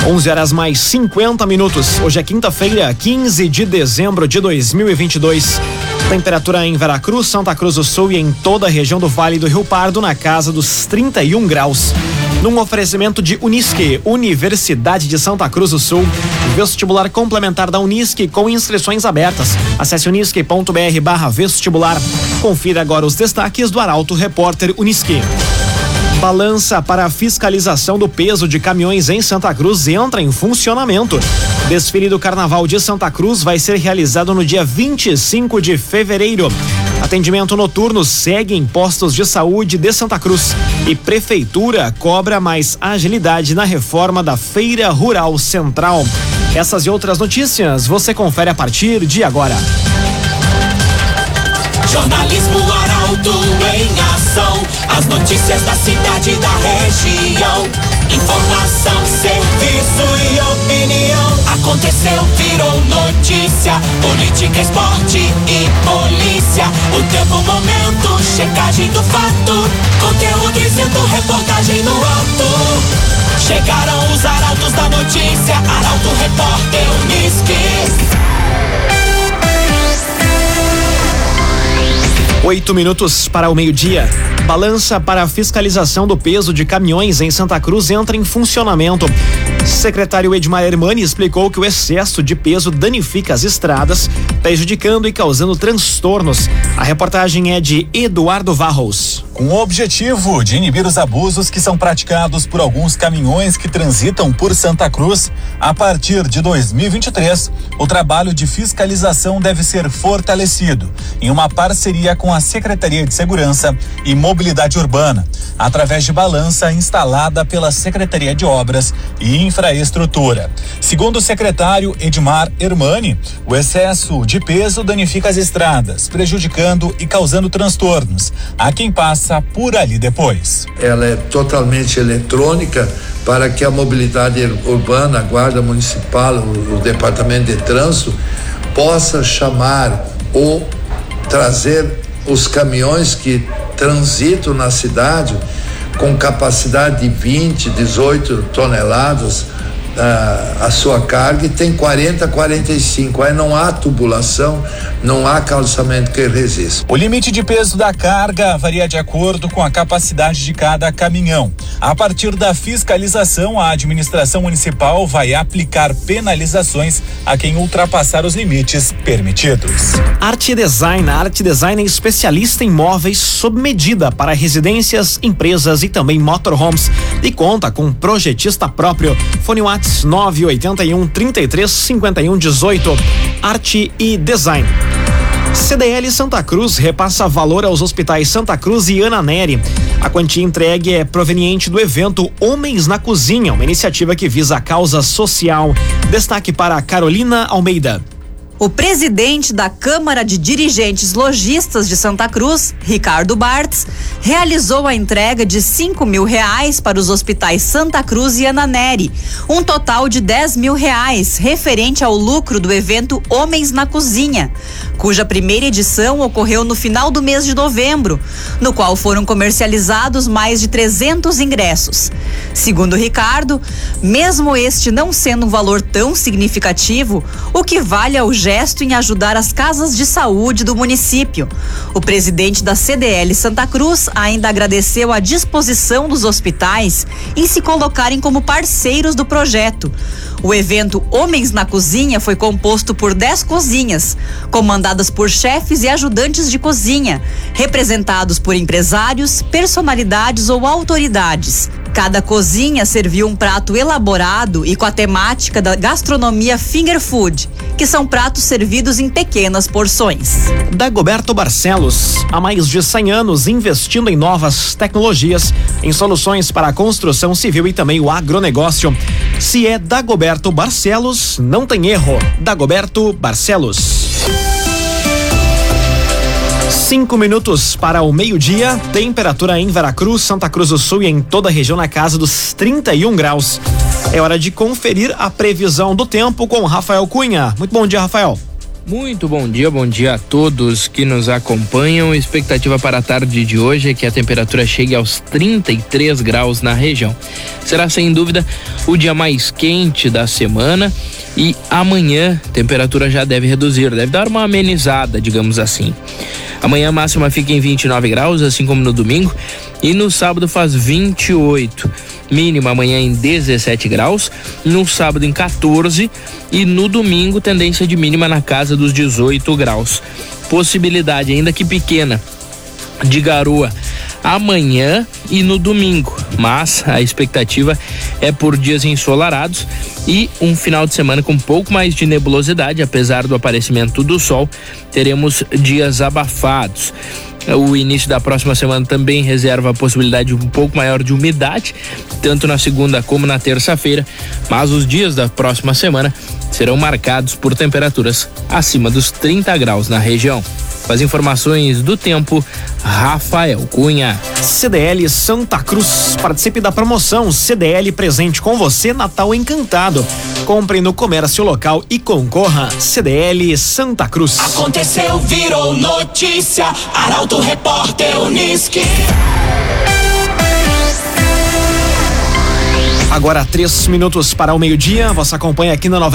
11h50. Hoje é quinta-feira, 15 de dezembro de 2022. Temperatura em Veracruz, Santa Cruz do Sul e em toda a região do Vale do Rio Pardo na casa dos 31 graus. Num oferecimento de Unisque, Universidade de Santa Cruz do Sul. Vestibular complementar da Unisque com inscrições abertas. Acesse unisque.br/vestibular. Confira agora os destaques do Arauto Repórter Unisque. Balança para a fiscalização do peso de caminhões em Santa Cruz entra em funcionamento. Desfile do Carnaval de Santa Cruz vai ser realizado no dia 25 de fevereiro. Atendimento noturno segue em postos de saúde de Santa Cruz. E Prefeitura cobra mais agilidade na reforma da Feira Rural Central. Essas e outras notícias você confere a partir de agora. Jornalismo Arauto em ação. As notícias da cidade e da região. Informação, serviço e opinião. Aconteceu, virou notícia. Política, esporte e polícia. O tempo, momento, checagem do fato. Conteúdo dizendo, reportagem no ato. Chegaram os arautos da notícia. Arauto Repórter Unisque. 8 minutos para o meio-dia. Balança para a fiscalização do peso de caminhões em Santa Cruz entra em funcionamento. Secretário Edmar Hermani explicou que o excesso de peso danifica as estradas, prejudicando e causando transtornos. A reportagem é de Eduardo Varros. Com o objetivo de inibir os abusos que são praticados por alguns caminhões que transitam por Santa Cruz, a partir de 2023, o trabalho de fiscalização deve ser fortalecido em uma parceria com a Secretaria de Segurança e Mobilidade Urbana, através de balança instalada pela Secretaria de Obras e Infraestrutura. Segundo o secretário Edmar Hermani, o excesso de peso danifica as estradas, prejudicando e causando transtornos a quem passa por ali depois. Ela é totalmente eletrônica para que a mobilidade urbana, a Guarda Municipal, o Departamento de Trânsito possa chamar ou trazer os caminhões que transitam na cidade com capacidade de 20, 18 toneladas a sua carga, e tem 40, 45, aí não há tubulação, não há calçamento que resista. O limite de peso da carga varia de acordo com a capacidade de cada caminhão. A partir da fiscalização, a administração municipal vai aplicar penalizações a quem ultrapassar os limites permitidos. Arte Design. A Arte Design é especialista em móveis sob medida para residências, empresas e também motorhomes, e conta com um projetista próprio. Fone WhatsApp 981 33 51 18. Arte e Design. CDL Santa Cruz repassa valor aos hospitais Santa Cruz e Ana Nery. A quantia entregue é proveniente do evento Homens na Cozinha, uma iniciativa que visa a causa social. Destaque para Carolina Almeida. O presidente da Câmara de Dirigentes Lojistas de Santa Cruz, Ricardo Bartz, realizou a entrega de R$5 mil para os hospitais Santa Cruz e Ana Nery, um total de R$10 mil, referente ao lucro do evento Homens na Cozinha, cuja primeira edição ocorreu no final do mês de novembro, no qual foram comercializados mais de 300 ingressos. Segundo Ricardo, mesmo este não sendo um valor tão significativo, o que vale é o gesto em ajudar as casas de saúde do município. O presidente da CDL Santa Cruz ainda agradeceu a disposição dos hospitais em se colocarem como parceiros do projeto. O evento Homens na Cozinha foi composto por 10 cozinhas, comandadas por chefes e ajudantes de cozinha, representados por empresários, personalidades ou autoridades. Cada cozinha serviu um prato elaborado e com a temática da gastronomia finger food, que são pratos servidos em pequenas porções. Dagoberto Barcelos, há mais de 100 anos investindo em novas tecnologias, em soluções para a construção civil e também o agronegócio. Se é Dagoberto Barcelos, não tem erro. Dagoberto Barcelos. 5 minutos para o meio-dia, temperatura em Veracruz, Santa Cruz do Sul e em toda a região na casa dos 31 graus. É hora de conferir a previsão do tempo com Rafael Cunha. Muito bom dia, Rafael. Muito bom dia a todos que nos acompanham. Expectativa para a tarde de hoje é que a temperatura chegue aos 33 graus na região. Será sem dúvida o dia mais quente da semana e amanhã a temperatura já deve reduzir, deve dar uma amenizada, digamos assim. Amanhã a máxima fica em 29 graus, assim como no domingo, e no sábado faz 28. Mínima amanhã em 17 graus, no sábado em 14 e no domingo tendência de mínima na casa dos 18 graus. Possibilidade, ainda que pequena, de garoa amanhã e no domingo, mas a expectativa é por dias ensolarados e um final de semana com um pouco mais de nebulosidade. Apesar do aparecimento do sol, teremos dias abafados. O início da próxima semana também reserva a possibilidade um pouco maior de umidade, tanto na segunda como na terça-feira, mas os dias da próxima semana serão marcados por temperaturas acima dos 30 graus na região. Com as informações do tempo, Rafael Cunha. CDL Santa Cruz. Participe da promoção CDL presente com você, Natal encantado. Compre no comércio local e concorra. CDL Santa Cruz. Aconteceu, virou notícia. Arauto Repórter Unisque. Agora 3 minutos para o meio-dia, você acompanha aqui na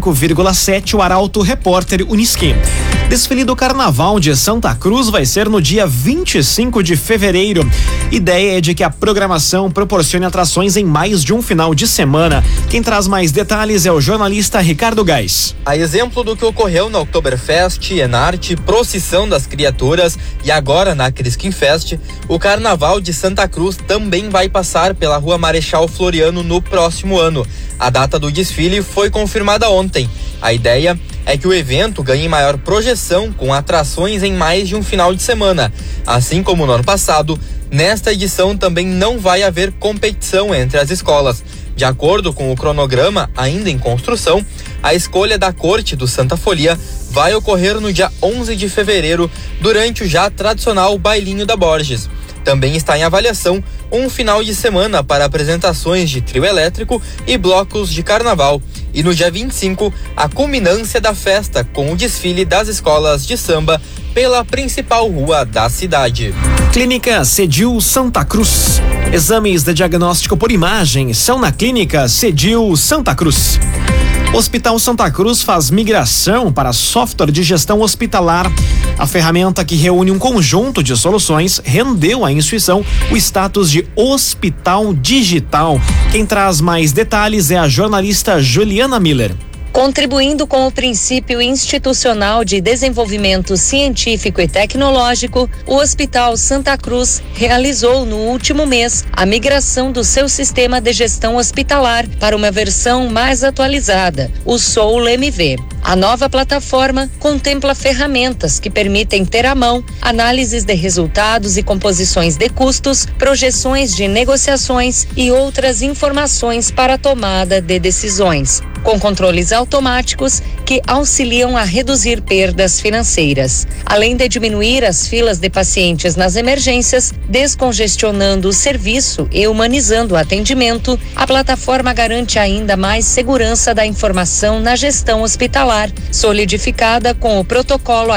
95,7 o Arauto Repórter Unisque. Desfile do Carnaval de Santa Cruz vai ser no dia 25 de fevereiro. Ideia é de que a programação proporcione atrações em mais de um final de semana. Quem traz mais detalhes é o jornalista Ricardo Gás. A exemplo do que ocorreu na Oktoberfest, Enarte, Procissão das Criaturas e agora na Crisquim Fest, o Carnaval de Santa Cruz também vai passar pela Rua Marechal Floriano no próximo ano. A data do desfile foi confirmada ontem. A ideia é que o evento ganhe maior projeção com atrações em mais de um final de semana. Assim como no ano passado, nesta edição também não vai haver competição entre as escolas. De acordo com o cronograma ainda em construção, a escolha da corte do Santa Folia vai ocorrer no dia 11 de fevereiro, durante o já tradicional Bailinho da Borges. Também está em avaliação um final de semana para apresentações de trio elétrico e blocos de carnaval. E no dia 25, a culminância da festa com o desfile das escolas de samba pela principal rua da cidade. Clínica Cedil Santa Cruz. Exames de diagnóstico por imagem são na Clínica Cedil Santa Cruz. Hospital Santa Cruz faz migração para software de gestão hospitalar. A ferramenta, que reúne um conjunto de soluções, rendeu à instituição o status de hospital digital. Quem traz mais detalhes é a jornalista Juliana Miller. Contribuindo com o princípio institucional de desenvolvimento científico e tecnológico, o Hospital Santa Cruz realizou no último mês a migração do seu sistema de gestão hospitalar para uma versão mais atualizada, o Soul MV. A nova plataforma contempla ferramentas que permitem ter à mão análises de resultados e composições de custos, projeções de negociações e outras informações para a tomada de decisões, com controles automáticos que auxiliam a reduzir perdas financeiras, além de diminuir as filas de pacientes nas emergências, descongestionando o serviço e humanizando o atendimento. A plataforma garante ainda mais segurança da informação na gestão hospitalar, solidificada com o protocolo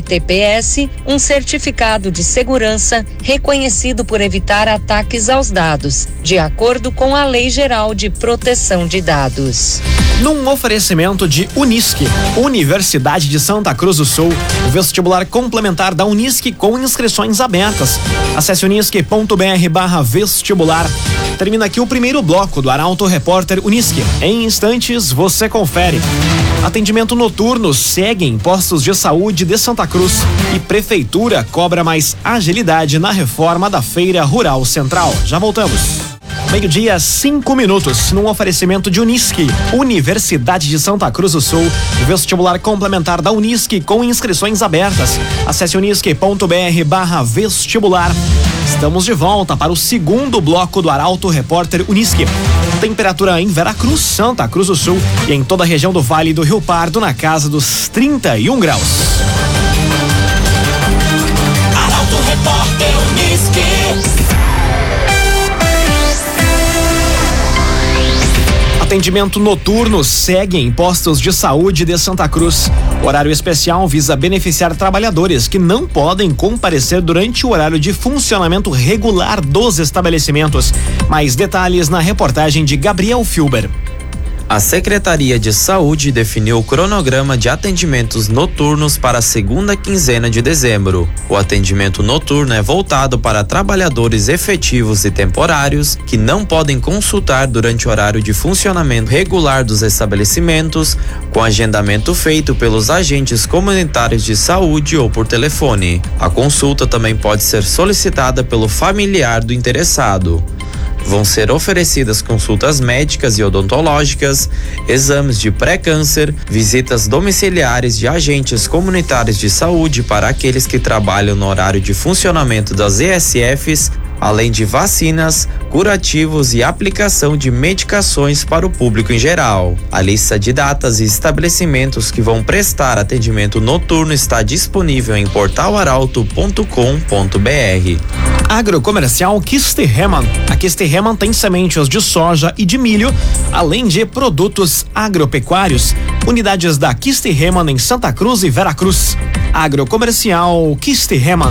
HTTPS, um certificado de segurança reconhecido por evitar ataques aos dados, de acordo com a Lei Geral de Proteção de Dados. Num oferecimento de Unisque, Universidade de Santa Cruz do Sul, o vestibular complementar da Unisque com inscrições abertas. Acesse unisque.br/vestibular. Termina aqui o primeiro bloco do Arauto Repórter Unisque. Em instantes, você confere. Atendimento noturno segue em postos de saúde de Santa Cruz e Prefeitura cobra mais agilidade na reforma da Feira Rural Central. Já voltamos. Meio-dia, 5 minutos, num oferecimento de Unisque, Universidade de Santa Cruz do Sul, vestibular complementar da Unisque com inscrições abertas. Acesse unisque.br/vestibular. Estamos de volta para o segundo bloco do Arauto Repórter Unisque. Temperatura em Veracruz, Santa Cruz do Sul e em toda a região do Vale do Rio Pardo na casa dos 31 graus. Arauto Repórter Unisque. Atendimento noturno segue em postos de saúde de Santa Cruz. O horário especial visa beneficiar trabalhadores que não podem comparecer durante o horário de funcionamento regular dos estabelecimentos. Mais detalhes na reportagem de Gabriel Filber. A Secretaria de Saúde definiu o cronograma de atendimentos noturnos para a segunda quinzena de dezembro. O atendimento noturno é voltado para trabalhadores efetivos e temporários que não podem consultar durante o horário de funcionamento regular dos estabelecimentos, com agendamento feito pelos agentes comunitários de saúde ou por telefone. A consulta também pode ser solicitada pelo familiar do interessado. Vão ser oferecidas consultas médicas e odontológicas, exames de pré-câncer, visitas domiciliares de agentes comunitários de saúde para aqueles que trabalham no horário de funcionamento das ESFs, além de vacinas, curativos e aplicação de medicações para o público em geral. A lista de datas e estabelecimentos que vão prestar atendimento noturno está disponível em portalaralto.com.br. Agrocomercial Kisterreman. A Kisterreman tem sementes de soja e de milho, além de produtos agropecuários. Unidades da Kisterreman em Santa Cruz e Veracruz. Agrocomercial Kisterreman.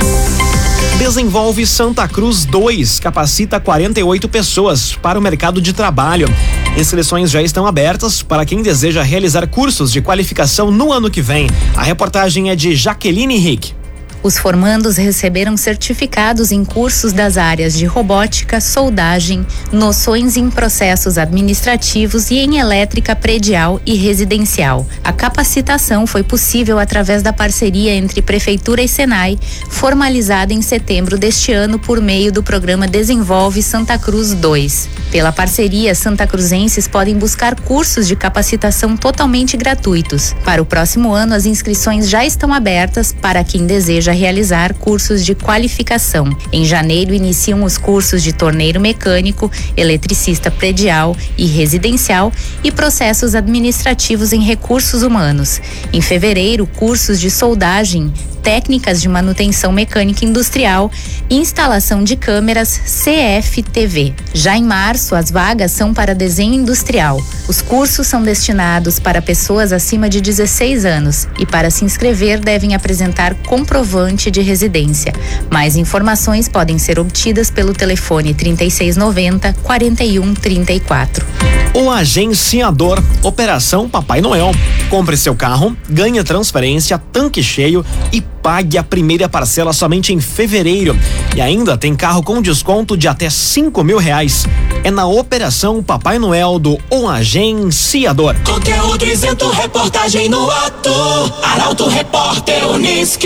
Desenvolve Santa Cruz 2, capacita 48 pessoas para o mercado de trabalho. Inscrições já estão abertas para quem deseja realizar cursos de qualificação no ano que vem. A reportagem é de Jaqueline Henrique. Os formandos receberam certificados em cursos das áreas de robótica, soldagem, noções em processos administrativos e em elétrica predial e residencial. A capacitação foi possível através da parceria entre Prefeitura e Senai, formalizada em setembro deste ano por meio do programa Desenvolve Santa Cruz 2. Pela parceria, santacruzenses podem buscar cursos de capacitação totalmente gratuitos. Para o próximo ano, as inscrições já estão abertas para quem deseja realizar cursos de qualificação. Em janeiro iniciam os cursos de torneiro mecânico, eletricista predial e residencial e processos administrativos em recursos humanos. Em fevereiro, cursos de soldagem, técnicas de manutenção mecânica industrial e instalação de câmeras CFTV. Já em março, as vagas são para desenho industrial. Os cursos são destinados para pessoas acima de 16 anos e para se inscrever devem apresentar comprovante de residência. Mais informações podem ser obtidas pelo telefone 3690-4134. O agenciador, Operação Papai Noel. Compre seu carro, ganhe transferência, tanque cheio e pague a primeira parcela somente em fevereiro. E ainda tem carro com desconto de até R$5.000. É na Operação Papai Noel do O Agenciador. Conteúdo isento, reportagem no ato. Arauto Repórter Unisque.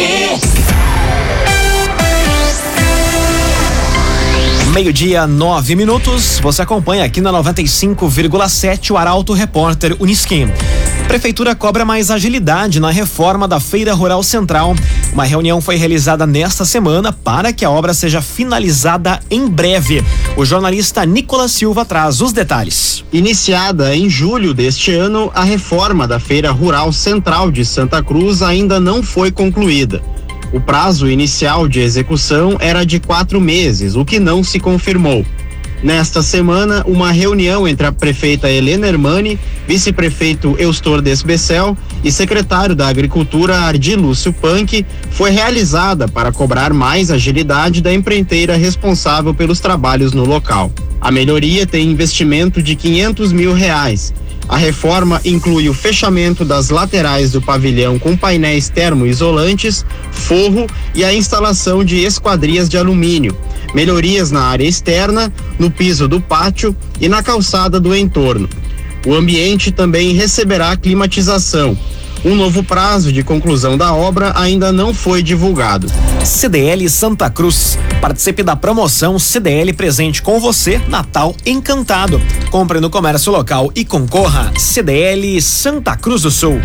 12:09. Você acompanha aqui na 95,7 o Arauto Repórter Unisque. Prefeitura cobra mais agilidade na reforma da Feira Rural Central. Uma reunião foi realizada nesta semana para que a obra seja finalizada em breve. O jornalista Nicolas Silva traz os detalhes. Iniciada em julho deste ano, a reforma da Feira Rural Central de Santa Cruz ainda não foi concluída. O prazo inicial de execução era de 4 meses, o que não se confirmou. Nesta semana, uma reunião entre a prefeita Helena Hermani, vice-prefeito Eustor Desbecel e secretário da Agricultura Ardi Lúcio Panque foi realizada para cobrar mais agilidade da empreiteira responsável pelos trabalhos no local. A melhoria tem investimento de R$500 mil. A reforma inclui o fechamento das laterais do pavilhão com painéis termoisolantes, forro e a instalação de esquadrias de alumínio, melhorias na área externa, no piso do pátio e na calçada do entorno. O ambiente também receberá climatização. Um novo prazo de conclusão da obra ainda não foi divulgado. CDL Santa Cruz. Participe da promoção CDL presente com você, Natal Encantado. Compre no comércio local e concorra. CDL Santa Cruz do Sul.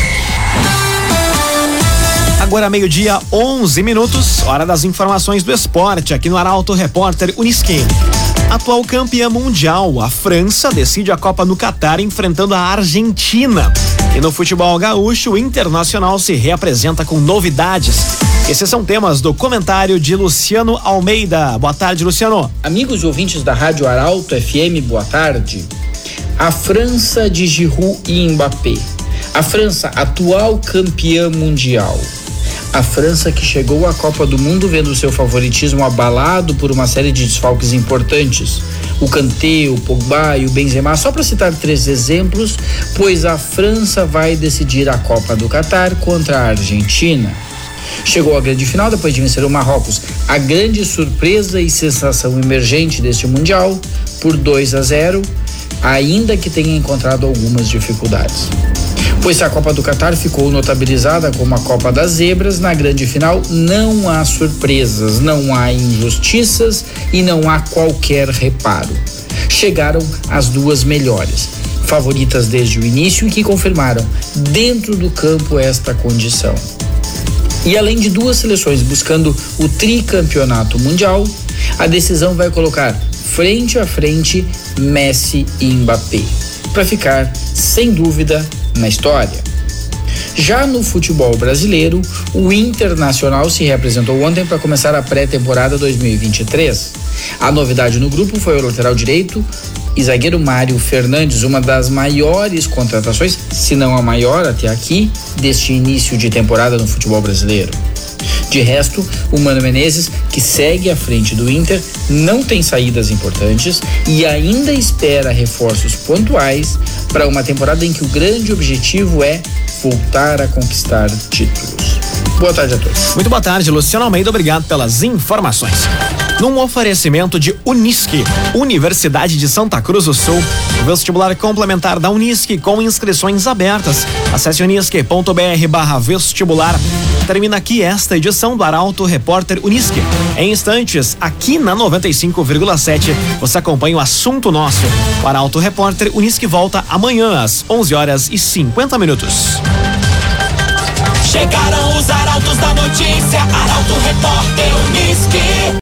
Agora 12:11, hora das informações do esporte aqui no Arauto Repórter Unisque. Atual campeã mundial, a França decide a Copa no Catar enfrentando a Argentina. E no futebol gaúcho, o Internacional se reapresenta com novidades. Esses são temas do comentário de Luciano Almeida. Boa tarde, Luciano. Amigos e ouvintes da Rádio Arauto FM, boa tarde. A França de Giroud e Mbappé. A França, atual campeã mundial. A França que chegou à Copa do Mundo vendo seu favoritismo abalado por uma série de desfalques importantes. O Kanté, o Pogba e o Benzema, só para citar 3 exemplos, pois a França vai decidir a Copa do Catar contra a Argentina. Chegou à grande final depois de vencer o Marrocos, a grande surpresa e sensação emergente deste Mundial, por 2-0, ainda que tenha encontrado algumas dificuldades. Pois se a Copa do Catar ficou notabilizada como a Copa das Zebras, na grande final não há surpresas, não há injustiças e não há qualquer reparo. Chegaram as 2 melhores, favoritas desde o início e que confirmaram dentro do campo esta condição. E além de 2 seleções buscando o tricampeonato mundial, a decisão vai colocar frente a frente Messi e Mbappé, para ficar, sem dúvida, na história. Já no futebol brasileiro, o Internacional se reapresentou ontem para começar a pré-temporada 2023. A novidade no grupo foi o lateral direito e zagueiro Mário Fernandes, uma das maiores contratações, se não a maior até aqui, deste início de temporada no futebol brasileiro. De resto, o Mano Menezes, que segue à frente do Inter, não tem saídas importantes e ainda espera reforços pontuais para uma temporada em que o grande objetivo é voltar a conquistar títulos. Boa tarde a todos. Muito boa tarde, Luciano Almeida, obrigado pelas informações. Num oferecimento de Unisque, Universidade de Santa Cruz do Sul, vestibular complementar da Unisque com inscrições abertas. Acesse unisque.br/vestibular. Termina aqui esta edição do Arauto Repórter Unisque. Em instantes, aqui na 95,7, você acompanha o assunto nosso. O Arauto Repórter Unisque volta amanhã às 11h50. Chegaram os arautos da notícia, Arauto Repórter Unisque.